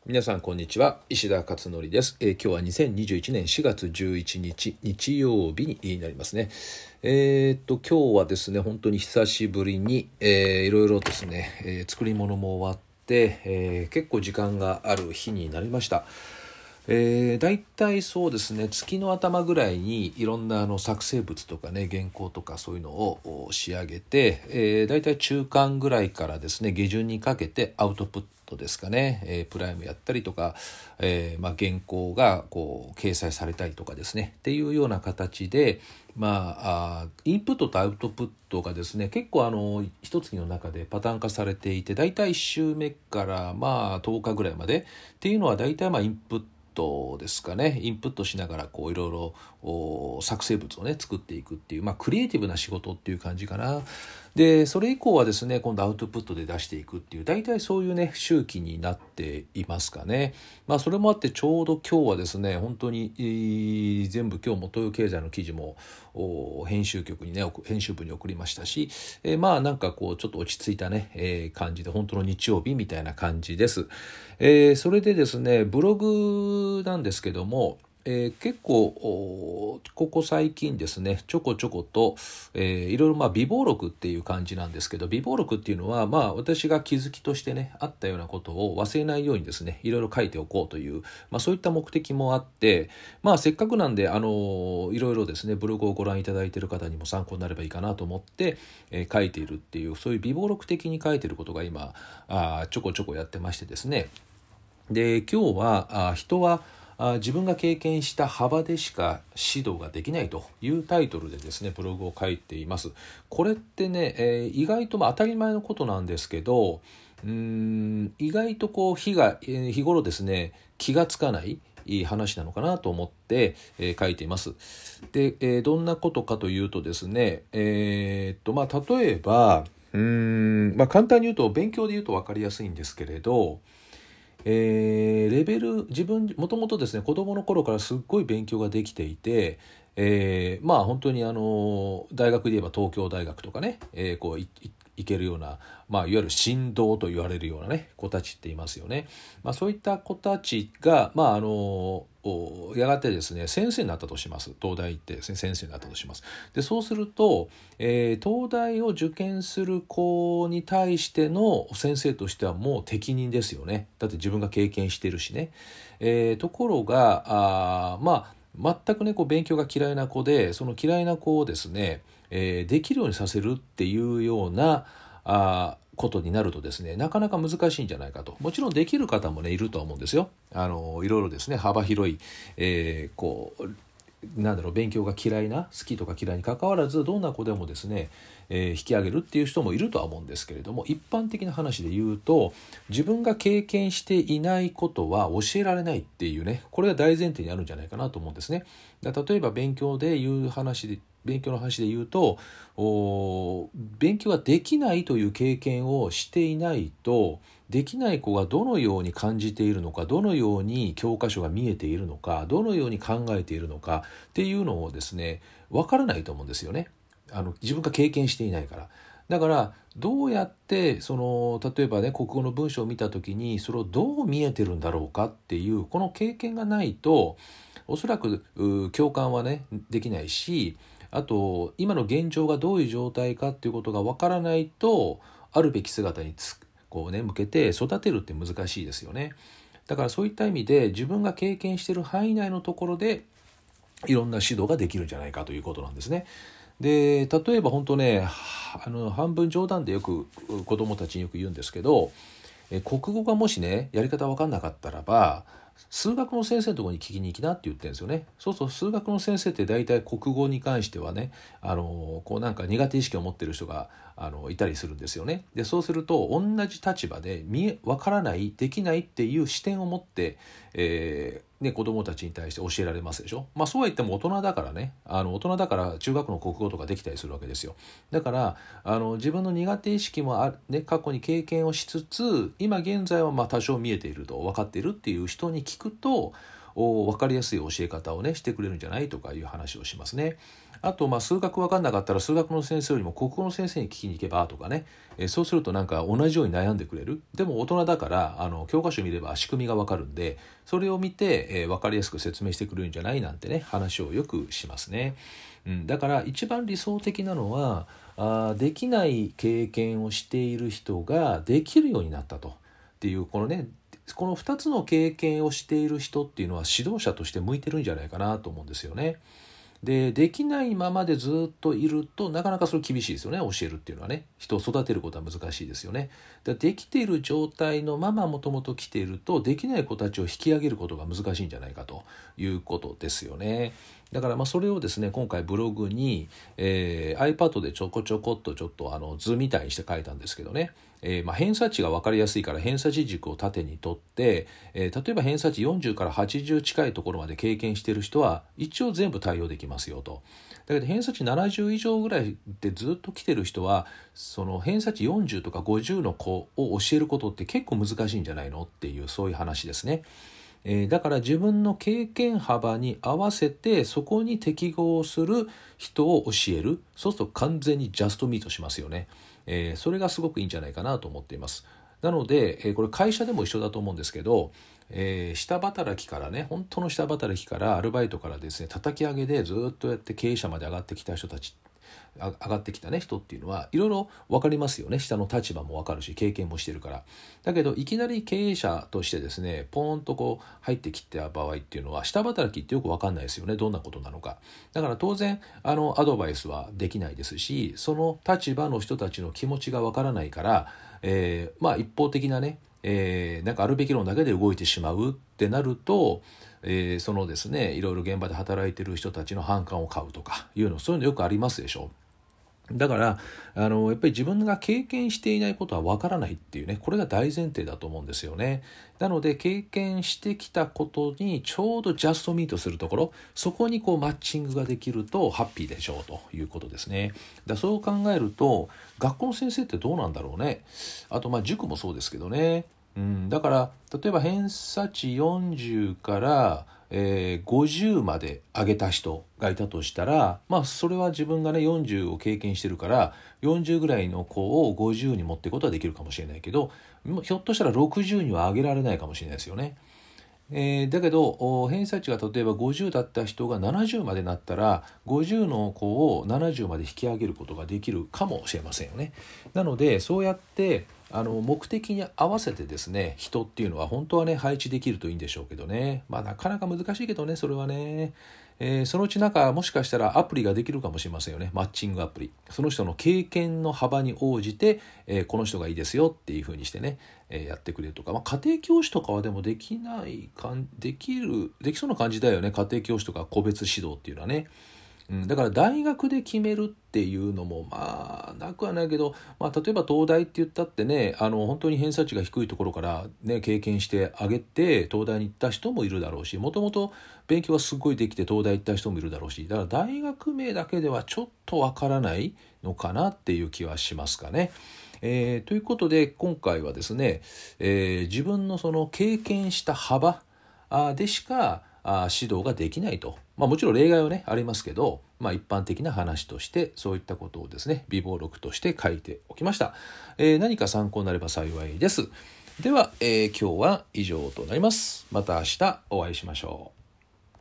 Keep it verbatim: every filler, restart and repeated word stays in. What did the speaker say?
皆さんこんにちは、石田勝則です。えー、今日はにせんにじゅういちねんしがつじゅういちにち日曜日になりますね。えー、っと今日はですね本当に久しぶりに、えー、いろいろですね、えー、作り物も終わって、えー、結構時間がある日になりました。えー、大体そうですね月の頭ぐらいにいろんなあの作成物とかね原稿とかそういうのを仕上げて、えー、大体中間ぐらいからですね下旬にかけてアウトプットですかね、えー、プライムやったりとか、えーまあ、原稿がこう掲載されたりとかですねっていうような形で、まあ、あインプットとアウトプットがですね結構あの一月の中でパターン化されていて、大体いっ週目からまあとおかぐらいまでっていうのは大体まあインプットですかねインプットしながらこういろいろ作成物をね作っていくっていう、まあ、クリエイティブな仕事っていう感じかな。でそれ以降はですね今度アウトプットで出していくっていう大体そういうね周期になっていますかね。まあそれもあってちょうど今日はですね本当に、えー、全部今日も東洋経済の記事も編集局にね編集部に送りましたし、えー、まあなんかこうちょっと落ち着いたね、えー、感じで本当の日曜日みたいな感じです。えー、それでですねブログなんですけども、えー、結構ここ最近ですねちょこちょこと、えー、いろいろまあ備忘録っていう感じなんですけど、備忘録っていうのはまあ私が気づきとしてねあったようなことを忘れないようにですねいろいろ書いておこうという、まあ、そういった目的もあって、まあせっかくなんであのいろいろですねブログをご覧いただいている方にも参考になればいいかなと思って、えー、書いているっていうそういう備忘録的に書いていることが今あちょこちょこやってましてですね。で今日はあ人はあ自分が経験した幅でしか指導ができないというタイトルでですねブログを書いています。これってね、えー、意外とまあ当たり前のことなんですけど、うーん意外とこう日が、えー、日頃ですね気がつかないいい話なのかなと思って、えー、書いています。で、えー、どんなことかというとですね、えー、っとまあ例えばうーん、まあ、簡単に言うと勉強で言うと分かりやすいんですけれど、えー、レベル自分もともとですね子供の頃からすっごい勉強ができていて、えー、まあ本当にあの大学で言えば東京大学とかね、えー、こういいいけるような、まあ、いわゆる神童と言われるようなね子たちっていますよね。まあ、そういった子たちが、まあ、あのやがてですね先生になったとします。東大行ってですね先生になったとします。でそうすると、えー、東大を受験する子に対しての先生としてはもう適任ですよね。だって自分が経験してるしね。えー、ところがあまあ全くねこう勉強が嫌いな子でその嫌いな子をですね、えー、できるようにさせるっていうようなあことになるとですねなかなか難しいんじゃないかと。もちろんできる方もねいるとは思うんですよ。あのいろいろですね幅広い、えー、こうなんだろう勉強が嫌いな好きとか嫌いに関わらずどんな子でもですね、えー、引き上げるっていう人もいるとは思うんですけれども、一般的な話で言うと自分が経験していないことは教えられないっていうねこれが大前提にあるんじゃないかなと思うんですね。だ例えば勉強で言う話で勉強の話で言うと勉強ができないという経験をしていないとできない子がどのように感じているのかどのように教科書が見えているのかどのように考えているのかっていうのをですねわからないと思うんですよね。あの自分が経験していないから。だからどうやってその例えばね国語の文章を見た時にそれをどう見えてるんだろうかっていうこの経験がないとおそらく共感はねできないし、あと今の現状がどういう状態かっていうことがわからないとあるべき姿につこうね向けて育てるって難しいですよね。だからそういった意味で自分が経験している範囲内のところでいろんな指導ができるんじゃないかということなんですね。で例えば本当ねあの半分冗談でよく子どもたちによく言うんですけど、え国語がもしねやり方分かんなかったらば数学の先生のところに聞きに行きなって言ってるんですよね。そうそう数学の先生って大体国語に関してはねあのこうなんか苦手意識を持ってる人があのいたりするんですよね。でそうすると同じ立場で見え分からないできないっていう視点を持って、えーね、子どもたちに対して教えられますでしょ。まあそうは言っても大人だからねあの大人だから中学の国語とかできたりするわけですよ。だからあの自分の苦手意識もある、ね、過去に経験をしつつ今現在はまあ多少見えていると分かっているっていう人に聞くと分かりやすい教え方をねしてくれるんじゃないとかいう話をしますね。 あとまあ数学分かんなかったら数学の先生よりも国語の先生に聞きに行けばとかね、えーそうするとなんか同じように悩んでくれる。でも大人だからあの教科書見れば仕組みが分かるんで、それを見て、えー分かりやすく説明してくれるんじゃないなんてね話をよくしますね。うん、だから一番理想的なのはあーできない経験をしている人ができるようになったとっていうこのねこのふたつの経験をしている人っていうのは指導者として向いてるんじゃないかなと思うんですよね。でできないままでずっといるとなかなかそれ厳しいですよね。教えるっていうのはね、人を育てることは難しいですよね。でできている状態のままもともと来ているとできない子たちを引き上げることが難しいんじゃないかということですよね。だからまあそれをですね今回ブログに、えー、iPad でちょこちょこっとちょっとあの図みたいにして書いたんですけどね、えーまあ偏差値が分かりやすいから偏差値軸を縦にとって、えー例えば偏差値よんじゅうからはちじゅう近いところまで経験している人は一応全部対応できますよと。だけど偏差値ななじゅう以上ぐらいでずっと来てる人はその偏差値よんじゅうとかごじゅうの子を教えることって結構難しいんじゃないのっていうそういう話ですね。えーだから自分の経験幅に合わせてそこに適合する人を教える。そうすると完全にジャストミートしますよね。えーそれがすごくいいんじゃないかなと思っています。なので、えーこれ会社でも一緒だと思うんですけど、えー下働きからね本当の下働きからアルバイトからですね叩き上げでずっとやって経営者まで上がってきた人たちあ上がってきたね人っていうのはいろいろ分かりますよね。下の立場も分かるし経験もしてるから。だけどいきなり経営者としてですねポーンとこう入ってきた場合っていうのは下働きってよく分かんないですよね。どんなことなのか。だから当然あのアドバイスはできないですし、その立場の人たちの気持ちが分からないから、えーまあ一方的なねえーなんかあるべき論だけで動いてしまうってなると、えーそのですねいろいろ現場で働いてる人たちの反感を買うとかいうのそういうのよくありますでしょ。だからあのやっぱり自分が経験していないことはわからないっていうねこれが大前提だと思うんですよね。なので経験してきたことにちょうどジャストミートするところそこにこうマッチングができるとハッピーでしょうということですね。だそう考えると学校の先生ってどうなんだろうね。あとまあ塾もそうですけどね。うん、だから例えば偏差値よんじゅうから、えーごじゅうまで上げた人がいたとしたらまあそれは自分がねよんじゅうを経験してるからよんじゅうぐらいの子をごじゅうに持っていくことはできるかもしれないけどひょっとしたらろくじゅうには上げられないかもしれないですよね。えーだけどお偏差値が例えばごじゅうだった人がななじゅうまでなったらごじゅうの子をななじゅうまで引き上げることができるかもしれませんよね。なのでそうやってあの目的に合わせてですね人っていうのは本当はね配置できるといいんでしょうけどね。まあなかなか難しいけどねそれはね。えーそのうちなんかもしかしたらアプリができるかもしれませんよね。マッチングアプリ。その人の経験の幅に応じて、えーこの人がいいですよっていう風にしてね、えーやってくれるとか、まあ、家庭教師とかはでもできないかんできるできそうな感じだよね。家庭教師とか個別指導っていうのはね。うん、だから大学で決めるっていうのもまあなくはないけど、まあ、例えば東大って言ったってねあの本当に偏差値が低いところから、ね、経験してあげて東大に行った人もいるだろうしもともと勉強がすごいできて東大行った人もいるだろうしだから大学名だけではちょっとわからないのかなっていう気はしますかね。えーということで今回はですね、えー自分のその経験した幅あでしかあ指導ができないと、まあ、もちろん例外はねありますけど、まあ、一般的な話としてそういったことをですね備忘録として書いておきました。えー何か参考になれば幸いです。では、えー今日は以上となります。また明日お会いしましょう。